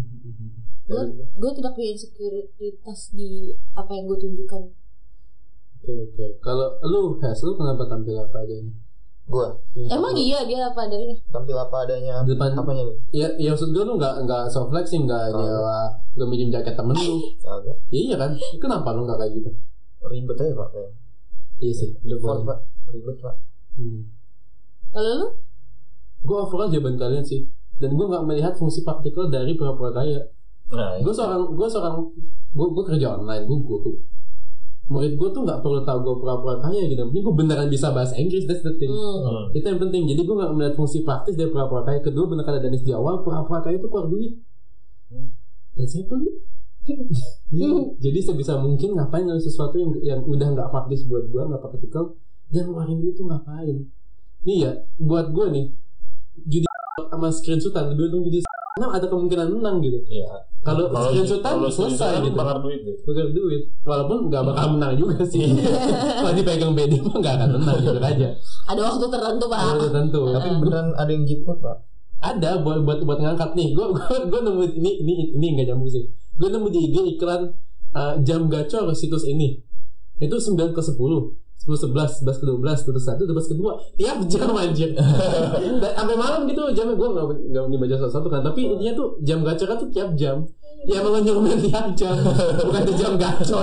Gue tidak punya insekuritas di apa yang gue tunjukkan. Oke. Kalau lu kenapa tampil apa adanya? Gua Emang iya dia apa adanya? tampil apa adanya. Depan Apanya nih? Ya maksud gue lu nggak soft flexing, nggak nyewa, nggak minjem jaket temen lu. Kagak. Ya, iya kan? Kenapa lu nggak kayak gitu? Ribet aja Pak kayak. Iya sih. Effort Pak. Ribet Pak. Kalau lu? Gue overall jawaban kalian sih. Dan gue nggak melihat fungsi praktikal dari pura-pura kaya. Nah, Gue kerja online. Murid gue tuh nggak perlu tahu gue pura-pura kaya gitu. Ini gue beneran bisa bahasa Inggris, that's the thing. Itu yang penting. Jadi gue nggak melihat fungsi praktis dari pura-pura kaya. Kedua, bener kata Danis di awal, pura-pura kaya itu keluar duit. Dan saya pelit. Jadi sebisa mungkin ngapain dari sesuatu yang udah nggak praktis buat gue, nggak praktikal, dan ngeluarin duit itu ngapain? Nih ya, buat gue nih, judi sama screenshotan, gue tuh judi ada kemungkinan menang gitu. iya. Kalau screenshotan selesai gitu. Bakar duit deh. Bakar duit, walaupun nggak bakal menang juga sih. Kalau dipegang BD mah nggak akan menang gitu aja. Ada waktu tertentu Pak. Ada tertentu. Tapi beneran ada yang jackpot Pak. Ada buat ngangkat nih. Gue nemu ini nggak nyambung sih. Gue nemu di IG iklan jam gacor situs ini. Itu 9 ke 10, 10 11, 11 ke 12, 11 ke 1, 12 ke 2 tiap jam anjir. Dan sampai malam gitu jamnya, gue nggak dibaca satu-satu kan. Tapi intinya tuh jam gacor kan tuh tiap jam. Ya emang nyuruh tiap jam, bukan di jam gacor.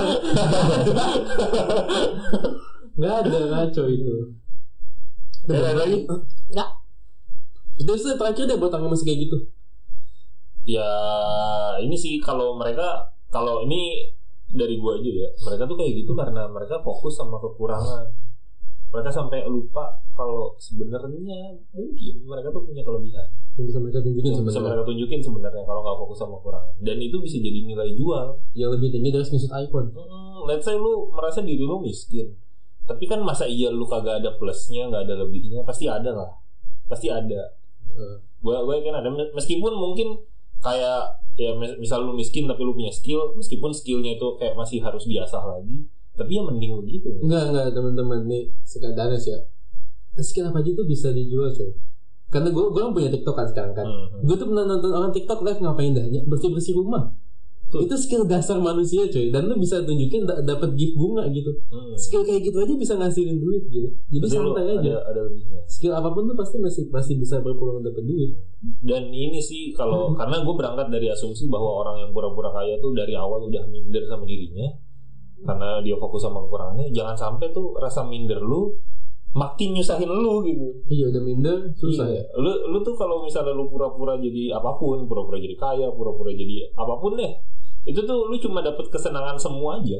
Nggak ada ngaco itu. Ada lagi? Enggak. Terus terakhir deh buat orang masih kayak gitu. Ya ini sih kalau ini dari gua aja ya, mereka tuh kayak gitu karena mereka fokus sama kekurangan. Mereka sampai lupa kalau sebenarnya mungkin mereka tuh punya kelebihan Yang bisa mereka tunjukin yang bisa sebenarnya. mereka tunjukin sebenarnya kalau nggak fokus sama kekurangan, dan itu bisa jadi nilai jual. Yang lebih tinggi dari screenshot iPhone. Let's say lu merasa diri lu miskin, tapi kan masa iya lu kagak ada plusnya, nggak ada lebihnya? Pasti ada lah, pasti ada. Gue kan ada, meskipun mungkin kayak ya misal lu miskin tapi lu punya skill, meskipun skillnya itu kayak masih harus diasah lagi, tapi ya mending begitu. Enggak teman-teman nih sekadar ya. Skill apa aja tuh bisa dijual coy. Karena gue punya TikTok kan sekarang kan. Gue tuh pernah nonton orang TikTok live ngapain dahnya bersih rumah. Tuh. Itu skill dasar manusia coy. Dan lu bisa tunjukin dapat gift bunga gitu. Skill kayak gitu aja bisa ngasihin duit gitu. Jadi berarti santai aja. Ada lebihnya. Skill apapun tuh pasti masih bisa berpeluang dapat duit. Dan ini sih kalau karena gue berangkat dari asumsi bahwa orang yang pura-pura kaya tuh dari awal udah minder sama dirinya karena dia fokus sama kekurangannya. Jangan sampai tuh rasa minder lu makin nyusahin lu gitu. Iya, udah minder susah ya. Lu tuh kalau misalnya lu pura-pura jadi apapun, pura-pura jadi kaya, pura-pura jadi apapun deh, itu tuh lu cuma dapat kesenangan semua aja.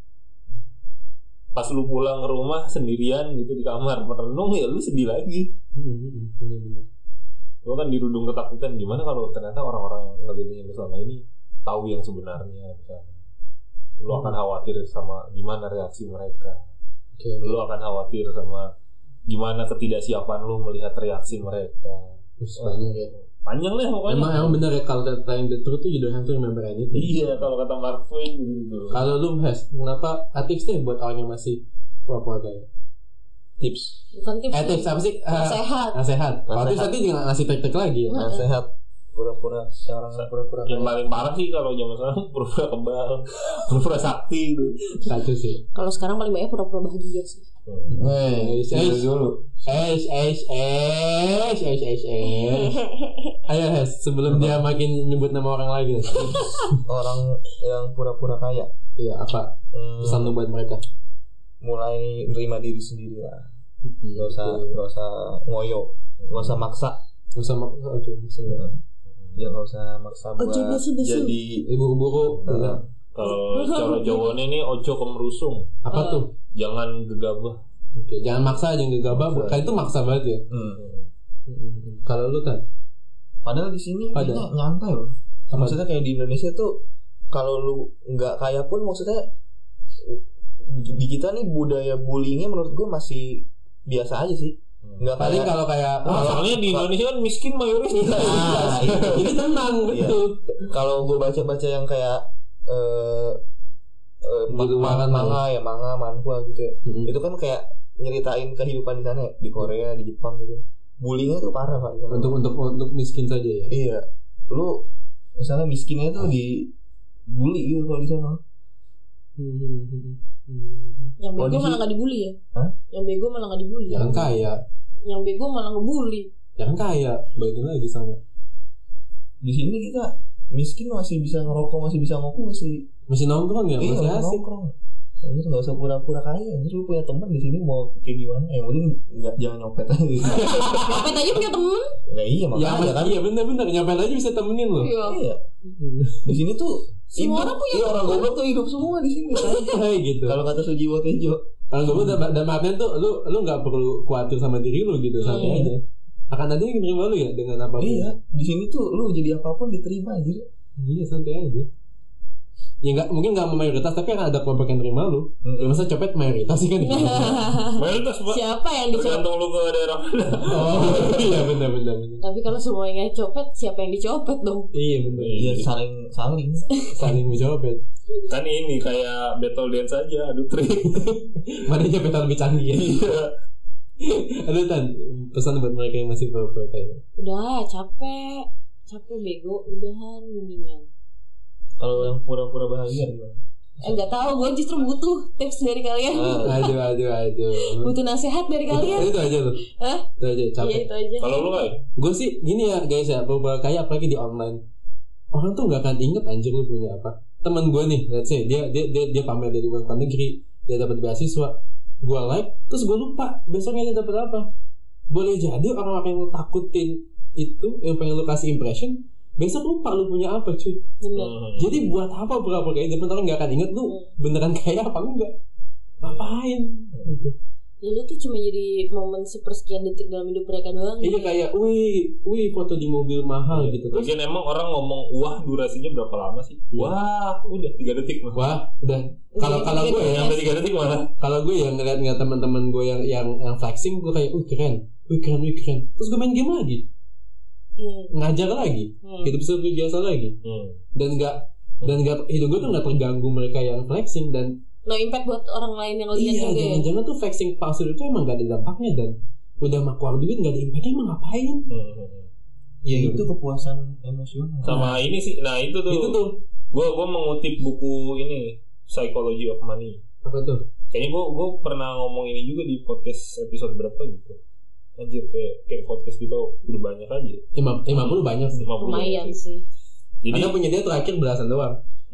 Pas lu pulang ke rumah sendirian gitu di kamar merenung, ya lu sedih lagi. Bener-bener. Lu kan dirudung ketakutan, gimana kalau ternyata orang-orang yang ngelilingin lu selama ini tahu yang sebenarnya misalnya. Lu akan khawatir sama gimana reaksi mereka. Lu akan khawatir sama gimana ketidaksiapan lu melihat reaksi mereka. Terus banyak ya. Panjang lah pokoknya. Emang benar ya kalau telling the truth tuh you don't have to remember anything. Iya, kalau kata Mark Twain gitu. Kalau lu kenapa tips deh buat orang yang masih pura-pura kaya? Tips. Bukan tips. Tips apa sih? Sehat. Sehat. Kalau tips nanti jangan ngasih trik-trik lagi ya. Sehat. Pura-pura orang pura-pura yang paling parah sih kalau zaman sekarang pura-pura kebal, pura-pura sakti itu. Satu sih. Kalau sekarang paling banyak pura-pura bahagia sih. Dulu. Ayo sebelum dia makin nyebut nama orang lagi. Orang yang pura-pura kaya. Iya, apa? Pesan lu buat mereka. Mulai nerima diri sendiri lah. Gak usah ngoyo, gak usah maksa. Gak usah maksa. Ya gak usah maksa buat jadi buru-buru. Kalau cara Jawane ini ojo kemerusung. Apa tuh? Jangan gegabah. Oke, jangan maksa, jangan gegabah. Kayak itu maksa banget ya. Kalau lu kan? Padahal di sini kayaknya nyantai loh. Maksudnya kayak di Indonesia tuh kalau lu nggak kaya pun maksudnya di kita nih budaya bullyingnya menurut gue masih biasa aja sih. Nggak paling kalau kayak soalnya di Indonesia kan miskin mayoritas. Nah, ini tenang betul. Kalau gue baca-baca yang kayak manga manhwa gitu ya. Itu kan kayak nyeritain kehidupan di sana ya, di Korea, di Jepang gitu. Bullyingnya tuh parah Pak. Untuk miskin saja ya. Iya. Lu misalnya miskinnya tuh di bully gitu kalau di sana. Yang bego malah nggak dibully ya? Hah? Yang bego malah nggak dibully. Jangan kaya. Yang bego malah ngebully. Jangan kaya. Balikin lagi sama. Di sini kita miskin masih bisa ngerokok, masih bisa ngopi, Masih nongkrong ya, iya, masih asik. nongkrong. Anjir nggak usah pura-pura kaya. Anjir lu punya teman di sini mau kayak gimana? Yang penting jangan nyopet aja. Nyopet aja punya temen. Nah iya Ya, makanya kan. iya benar-benar nyampein aja bisa temenin lo. Iya. Di sini tuh Semua orang punya orang goblok tuh hidup semua di sini. gitu. Kalau kata Sujiwo Tejo. Kalau gue dan artian tuh lu nggak perlu khawatir sama diri lu gitu, santai aja. Akan ada yang menerima lu ya dengan apapun. Iya, di sini tuh lu jadi apapun diterima aja. Iya, santai aja. Ya nggak, mungkin nggak mayoritas, tapi akan ada kelompok yang terima lu. Ya masa copet mayoritas sih kan? Mayoritas Pak. Siapa yang dicopet? Tergantung lu ke daerah mana. Oh iya benar. Tapi kalau semuanya copet, siapa yang dicopet dong? Iya benar. Iya Saling mencopet. Kan ini kayak battle dance aja, adu trik. Mana copet lebih canggih ya? Aduh Tan, pesan buat mereka yang masih pura-pura kaya. Udah capek bego, udahan mendingan. Kalau yang pura-pura bahagia gimana? Nggak tahu, gue justru butuh tips dari kalian. Aduh. Butuh nasihat dari kalian. Itu aja loh. Hah? Itu aja capek. Iya itu aja. Kalau lu kayak Gue sih gini ya guys ya, pura-pura kaya apalagi di online. Orang tuh nggak akan inget anjir lu punya apa. Temen gue nih, let's say dia pamer dari luar negeri, dia dapat beasiswa. Gue like, terus gue lupa besoknya dia dapat apa. Boleh jadi orang-orang yang lu takutin itu, yang pengen lu kasih impression, besok lupa lu punya apa cuy. Bener. Jadi buat apa pura-pura kaya? Depan orang nggak akan inget lu beneran kaya apa enggak. Ngapain? Gitu. Ya lu tuh cuma jadi momen sepersekian detik dalam hidup mereka doang. Iya kayak, wih foto di mobil mahal gitu. Terus Lagian emang orang ngomong wah durasinya berapa lama sih? Wah, udah 3 detik mah. wah, udah. Kalau gue ya, Sampai 3 detik malah. kalau gue ya ngeliat teman-teman gue yang flexing, gue kayak, keren. Terus gue main game lagi, ngajar lagi, hidup seperti biasa lagi. Dan nggak hidup gue tuh nggak terganggu mereka yang flexing dan No impact buat orang lain yang lihat iya, juga ya. jangan-jangan tuh flexing palsu itu emang gak ada dampaknya dan udah mah keluar duit gak ada impactnya, emang ngapain? Ya itu kepuasan emosional. Sama ini sih. Nah, itu tuh. Gua mengutip buku ini Psychology of Money. Apa tuh? Kayaknya gua pernah ngomong ini juga di podcast episode berapa gitu. Anjir kayak podcast kita udah banyak aja. 50 banyak sih. 50 Lumayan banyak. sih. Jadi Karena punya dia terakhir belasan doang.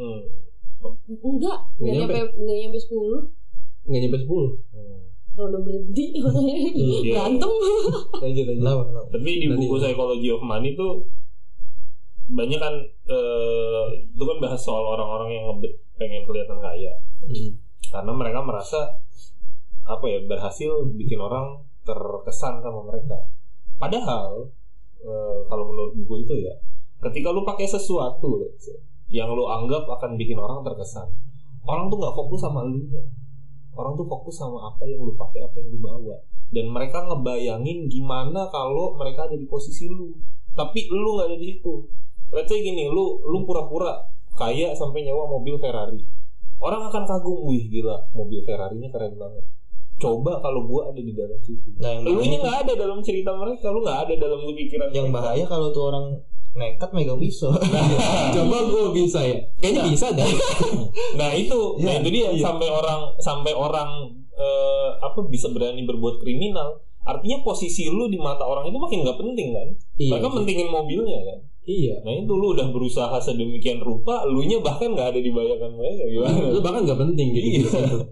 Enggak nyampe 10. Nggak nyampe 10. Kalau udah berhenti berantem. Lanjut. Tapi di buku Psychology of Money tuh banyak kan itu kan bahas soal orang-orang yang pengen kelihatan kaya. Karena mereka merasa berhasil bikin orang terkesan sama mereka. Padahal kalau menurut buku itu ya, ketika lu pakai sesuatu yang lu anggap akan bikin orang terkesan, orang tuh nggak fokus sama elunya. Orang tuh fokus sama apa yang lu pakai, apa yang lu bawa. Dan mereka ngebayangin gimana kalau mereka ada di posisi lu, tapi lu nggak ada di situ. Let's say gini, lu pura-pura kaya sampai nyewa mobil Ferrari. Orang akan kagum, wih gila, mobil Ferrarinya keren banget. Coba kalau gua ada di dalam situ. Nah, yang lu ini nggak ada dalam cerita mereka, lu nggak ada dalam pikiran. Yang bahaya kalau tuh orang nekat megang pisau. Coba gue bisa ya. Kayaknya bisa dah. Nah itu dia sampai orang bisa berani berbuat kriminal. Artinya posisi lu di mata orang itu makin nggak penting kan? Iya, mereka mentingin mobilnya kan? Iya. Nah itu lu udah berusaha sedemikian rupa, lu nya bahkan nggak ada di bayangan mereka gimana? Lu bahkan nggak penting gitu.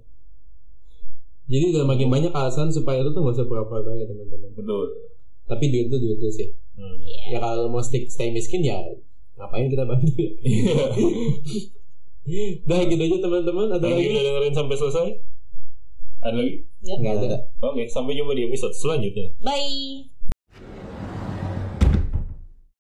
Jadi udah makin banyak alasan supaya lu tuh nggak usah pura-pura kaya teman-teman. Betul. Tapi duit tuh sih. Ya kalau mau stay miskin ya ngapain kita bantu ya. Dah gitu aja teman-teman. Ada lagi udah dengerin sampai selesai? Ada lagi? Ya. Nggak ada. Oke, sampai jumpa di episode selanjutnya. Bye.